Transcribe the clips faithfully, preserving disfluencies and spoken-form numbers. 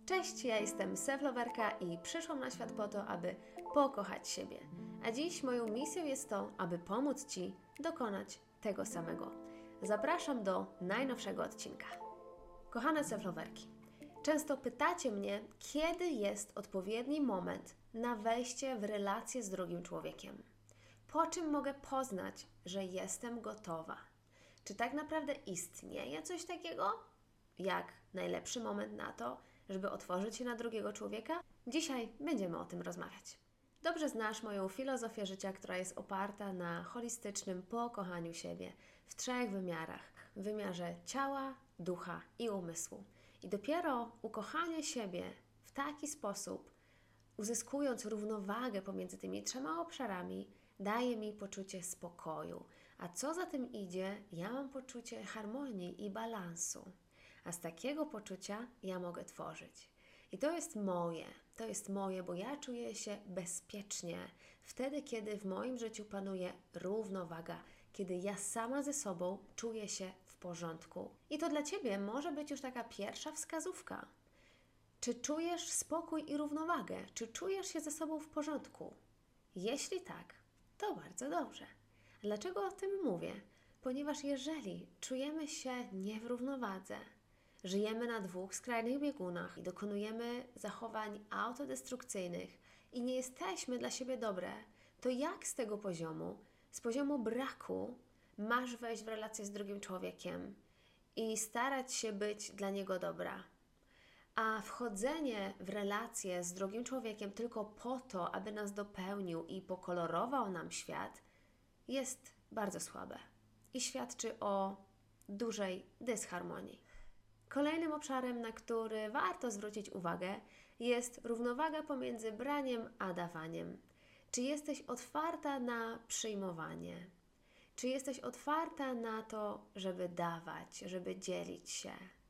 Cześć, ja jestem self-loverka i przyszłam na świat po to, aby pokochać siebie. A dziś moją misją jest to, aby pomóc Ci dokonać tego samego. Zapraszam do najnowszego odcinka. Kochane self-loverki, często pytacie mnie, kiedy jest odpowiedni moment na wejście w relację z drugim człowiekiem. Po czym mogę poznać, że jestem gotowa? Czy tak naprawdę istnieje coś takiego, jak najlepszy moment na to, żeby otworzyć się na drugiego człowieka? Dzisiaj będziemy o tym rozmawiać. Dobrze znasz moją filozofię życia, która jest oparta na holistycznym pokochaniu siebie w trzech wymiarach. W wymiarze ciała, ducha i umysłu. I dopiero ukochanie siebie w taki sposób, uzyskując równowagę pomiędzy tymi trzema obszarami, daje mi poczucie spokoju. A co za tym idzie, ja mam poczucie harmonii i balansu. A z takiego poczucia ja mogę tworzyć. I to jest moje, to jest moje, bo ja czuję się bezpiecznie wtedy, kiedy w moim życiu panuje równowaga, kiedy ja sama ze sobą czuję się w porządku. I to dla Ciebie może być już taka pierwsza wskazówka. Czy czujesz spokój i równowagę? Czy czujesz się ze sobą w porządku? Jeśli tak, to bardzo dobrze. Dlaczego o tym mówię? Ponieważ jeżeli czujemy się nie w równowadze, żyjemy na dwóch skrajnych biegunach i dokonujemy zachowań autodestrukcyjnych i nie jesteśmy dla siebie dobre, to jak z tego poziomu, z poziomu braku, masz wejść w relację z drugim człowiekiem i starać się być dla niego dobra? A wchodzenie w relację z drugim człowiekiem tylko po to, aby nas dopełnił i pokolorował nam świat, jest bardzo słabe i świadczy o dużej dysharmonii. Kolejnym obszarem, na który warto zwrócić uwagę, jest równowaga pomiędzy braniem a dawaniem. Czy jesteś otwarta na przyjmowanie? Czy jesteś otwarta na to, żeby dawać, żeby dzielić się?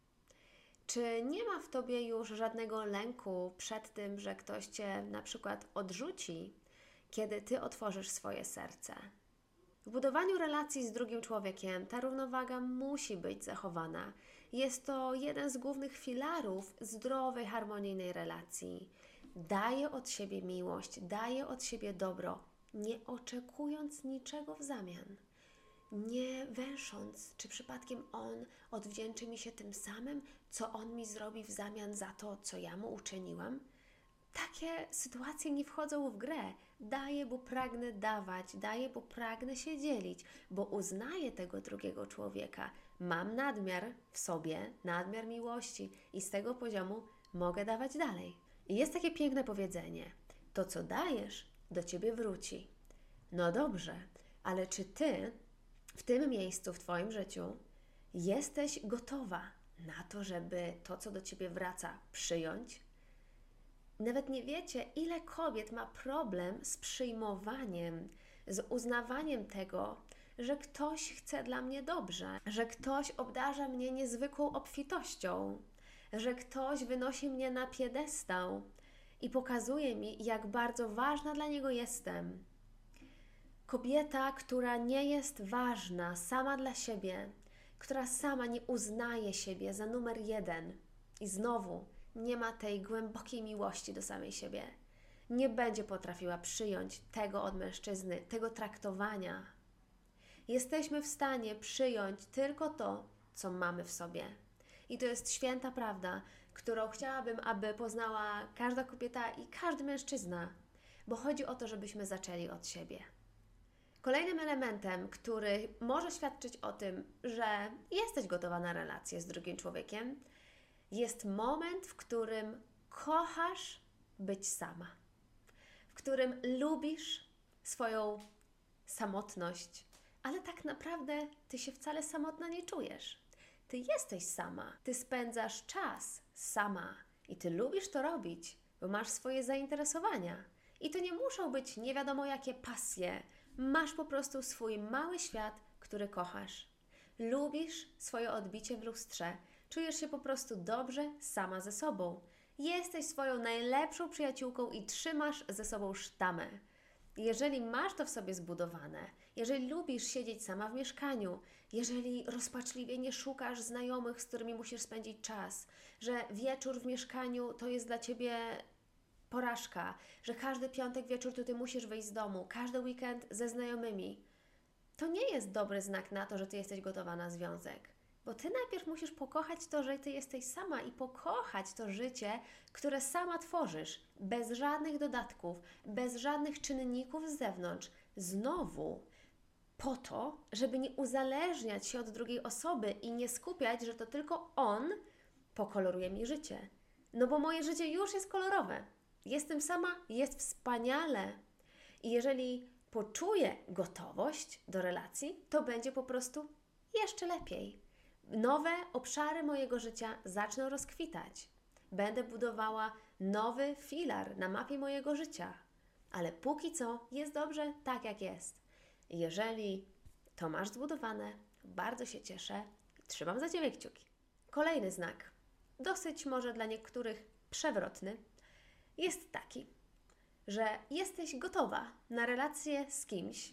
Czy nie ma w Tobie już żadnego lęku przed tym, że ktoś Cię na przykład odrzuci, kiedy Ty otworzysz swoje serce? W budowaniu relacji z drugim człowiekiem ta równowaga musi być zachowana. Jest to jeden z głównych filarów zdrowej, harmonijnej relacji. Daję od siebie miłość, daję od siebie dobro, nie oczekując niczego w zamian. Nie węsząc, czy przypadkiem on odwdzięczy mi się tym samym, co on mi zrobi w zamian za to, co ja mu uczyniłam. Takie sytuacje nie wchodzą w grę. Daję, bo pragnę dawać, daję, bo pragnę się dzielić, bo uznaję tego drugiego człowieka. Mam nadmiar w sobie, nadmiar miłości i z tego poziomu mogę dawać dalej. I jest takie piękne powiedzenie: to, co dajesz, do Ciebie wróci. No dobrze, ale czy Ty w tym miejscu, w Twoim życiu jesteś gotowa na to, żeby to, co do Ciebie wraca, przyjąć? Nawet nie wiecie, ile kobiet ma problem z przyjmowaniem, z uznawaniem tego, że ktoś chce dla mnie dobrze, że ktoś obdarza mnie niezwykłą obfitością, że ktoś wynosi mnie na piedestał i pokazuje mi, jak bardzo ważna dla niego jestem. Kobieta, która nie jest ważna sama dla siebie, która sama nie uznaje siebie za numer jeden i znowu nie ma tej głębokiej miłości do samej siebie, nie będzie potrafiła przyjąć tego od mężczyzny, tego traktowania. Jesteśmy w stanie przyjąć tylko to, co mamy w sobie. I to jest święta prawda, którą chciałabym, aby poznała każda kobieta i każdy mężczyzna, bo chodzi o to, żebyśmy zaczęli od siebie. Kolejnym elementem, który może świadczyć o tym, że jesteś gotowa na relację z drugim człowiekiem, jest moment, w którym kochasz być sama, w którym lubisz swoją samotność, ale tak naprawdę Ty się wcale samotna nie czujesz. Ty jesteś sama, Ty spędzasz czas sama i Ty lubisz to robić, bo masz swoje zainteresowania. I to nie muszą być nie wiadomo jakie pasje, masz po prostu swój mały świat, który kochasz. Lubisz swoje odbicie w lustrze, czujesz się po prostu dobrze sama ze sobą. Jesteś swoją najlepszą przyjaciółką i trzymasz ze sobą sztamę. Jeżeli masz to w sobie zbudowane, jeżeli lubisz siedzieć sama w mieszkaniu, jeżeli rozpaczliwie nie szukasz znajomych, z którymi musisz spędzić czas, że wieczór w mieszkaniu to jest dla Ciebie porażka, że każdy piątek wieczór to Ty musisz wyjść z domu, każdy weekend ze znajomymi, to nie jest dobry znak na to, że Ty jesteś gotowa na związek. Bo Ty najpierw musisz pokochać to, że Ty jesteś sama i pokochać to życie, które sama tworzysz, bez żadnych dodatków, bez żadnych czynników z zewnątrz. Znowu po to, żeby nie uzależniać się od drugiej osoby i nie skupiać, że to tylko on pokoloruje mi życie. No bo moje życie już jest kolorowe. Jestem sama, jest wspaniale. I jeżeli poczuję gotowość do relacji, to będzie po prostu jeszcze lepiej. Nowe obszary mojego życia zaczną rozkwitać. Będę budowała nowy filar na mapie mojego życia. Ale póki co jest dobrze tak, jak jest. Jeżeli to masz zbudowane, bardzo się cieszę i trzymam za Ciebie kciuki. Kolejny znak, dosyć może dla niektórych przewrotny, jest taki, że jesteś gotowa na relację z kimś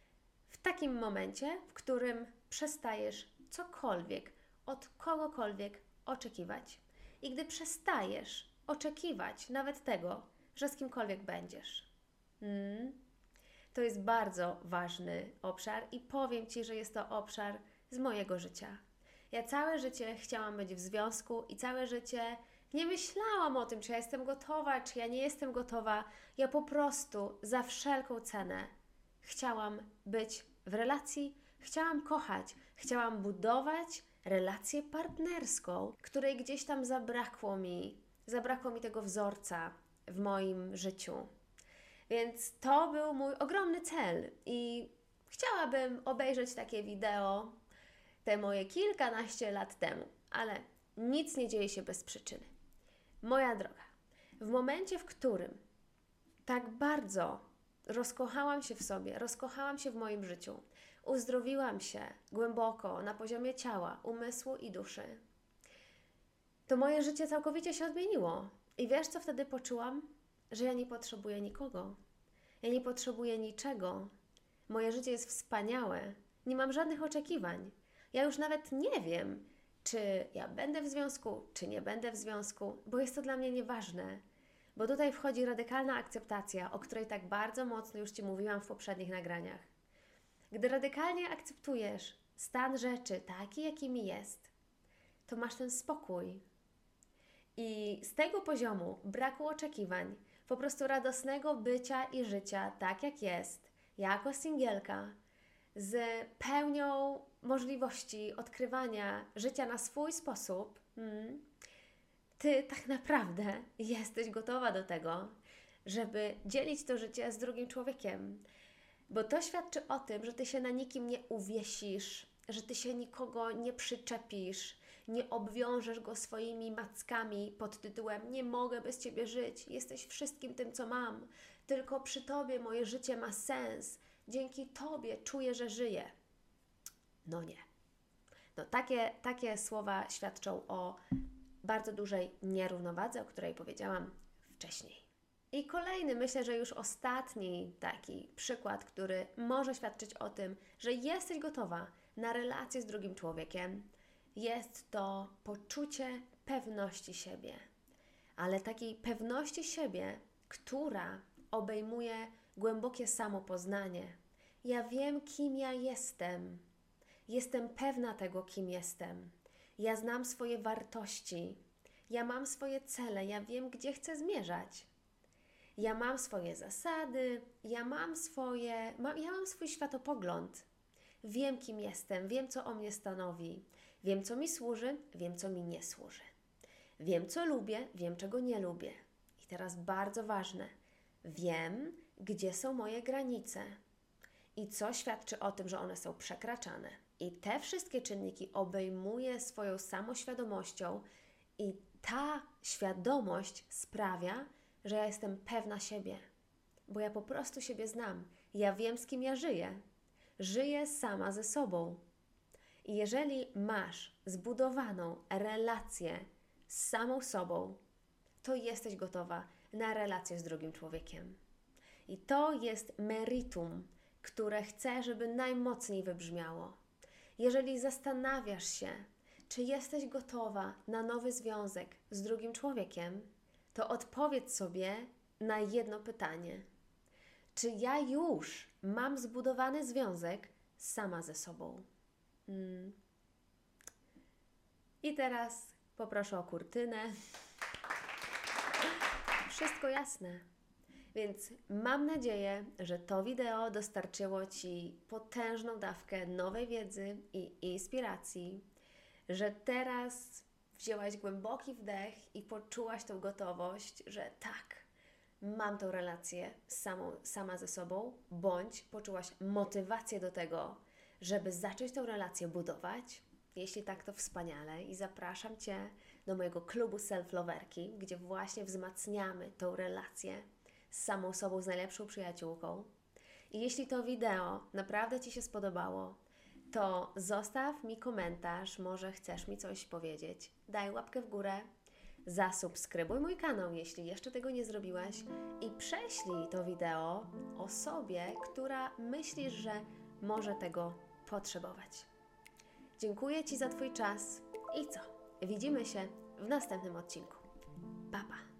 w takim momencie, w którym przestajesz cokolwiek od kogokolwiek oczekiwać. I gdy przestajesz oczekiwać nawet tego, że z kimkolwiek będziesz. Hmm. To jest bardzo ważny obszar i powiem Ci, że jest to obszar z mojego życia. Ja całe życie chciałam być w związku i całe życie nie myślałam o tym, czy ja jestem gotowa, czy ja nie jestem gotowa. Ja po prostu za wszelką cenę chciałam być w relacji, chciałam kochać, chciałam budować relację partnerską, której gdzieś tam zabrakło mi, zabrakło mi tego wzorca w moim życiu. Więc to był mój ogromny cel i chciałabym obejrzeć takie wideo, te moje kilkanaście lat temu, ale nic nie dzieje się bez przyczyny. Moja droga, w momencie, w którym tak bardzo rozkochałam się w sobie, rozkochałam się w moim życiu, uzdrowiłam się głęboko na poziomie ciała, umysłu i duszy, to moje życie całkowicie się odmieniło. I wiesz, co wtedy poczułam? Że ja nie potrzebuję nikogo. Ja nie potrzebuję niczego. Moje życie jest wspaniałe. Nie mam żadnych oczekiwań. Ja już nawet nie wiem, czy ja będę w związku, czy nie będę w związku, bo jest to dla mnie nieważne. Bo tutaj wchodzi radykalna akceptacja, o której tak bardzo mocno już Ci mówiłam w poprzednich nagraniach. Gdy radykalnie akceptujesz stan rzeczy taki, jakimi jest, to masz ten spokój. I z tego poziomu braku oczekiwań, po prostu radosnego bycia i życia tak, jak jest, jako singielka, z pełnią możliwości odkrywania życia na swój sposób, hmm, Ty tak naprawdę jesteś gotowa do tego, żeby dzielić to życie z drugim człowiekiem. Bo to świadczy o tym, że Ty się na nikim nie uwiesisz, że Ty się nikogo nie przyczepisz, nie obwiążesz go swoimi mackami pod tytułem nie mogę bez Ciebie żyć, jesteś wszystkim tym, co mam, tylko przy Tobie moje życie ma sens, dzięki Tobie czuję, że żyję. No nie. No takie, takie słowa świadczą o bardzo dużej nierównowadze, o której powiedziałam wcześniej. I kolejny, myślę, że już ostatni taki przykład, który może świadczyć o tym, że jesteś gotowa na relację z drugim człowiekiem, jest to poczucie pewności siebie. Ale takiej pewności siebie, która obejmuje głębokie samopoznanie. Ja wiem, kim ja jestem. Jestem pewna tego, kim jestem. Ja znam swoje wartości. Ja mam swoje cele. Ja wiem, gdzie chcę zmierzać. Ja mam swoje zasady. Ja mam swoje, mam, ja mam swój światopogląd. Wiem, kim jestem. Wiem, co o mnie stanowi. Wiem, co mi służy. Wiem, co mi nie służy. Wiem, co lubię. Wiem, czego nie lubię. I teraz bardzo ważne. Wiem, gdzie są moje granice. I co świadczy o tym, że one są przekraczane. I te wszystkie czynniki obejmuję swoją samoświadomością i ta świadomość sprawia, że ja jestem pewna siebie. Bo ja po prostu siebie znam. Ja wiem, z kim ja żyję. Żyję sama ze sobą. I jeżeli masz zbudowaną relację z samą sobą, to jesteś gotowa na relację z drugim człowiekiem. I to jest meritum, które chcę, żeby najmocniej wybrzmiało. Jeżeli zastanawiasz się, czy jesteś gotowa na nowy związek z drugim człowiekiem, to odpowiedz sobie na jedno pytanie. Czy ja już mam zbudowany związek sama ze sobą? Hmm. I teraz poproszę o kurtynę. Wszystko jasne. Więc mam nadzieję, że to wideo dostarczyło Ci potężną dawkę nowej wiedzy i inspiracji, że teraz wzięłaś głęboki wdech i poczułaś tą gotowość, że tak, mam tą relację samą, sama ze sobą, bądź poczułaś motywację do tego, żeby zacząć tą relację budować. Jeśli tak, to wspaniale i zapraszam Cię do mojego klubu Self-Loverki, gdzie właśnie wzmacniamy tą relację z samą sobą, z najlepszą przyjaciółką. I jeśli to wideo naprawdę Ci się spodobało, to zostaw mi komentarz, może chcesz mi coś powiedzieć. Daj łapkę w górę, zasubskrybuj mój kanał, jeśli jeszcze tego nie zrobiłaś i prześlij to wideo osobie, która myślisz, że może tego potrzebować. Dziękuję Ci za Twój czas i co? Widzimy się w następnym odcinku. Pa, pa!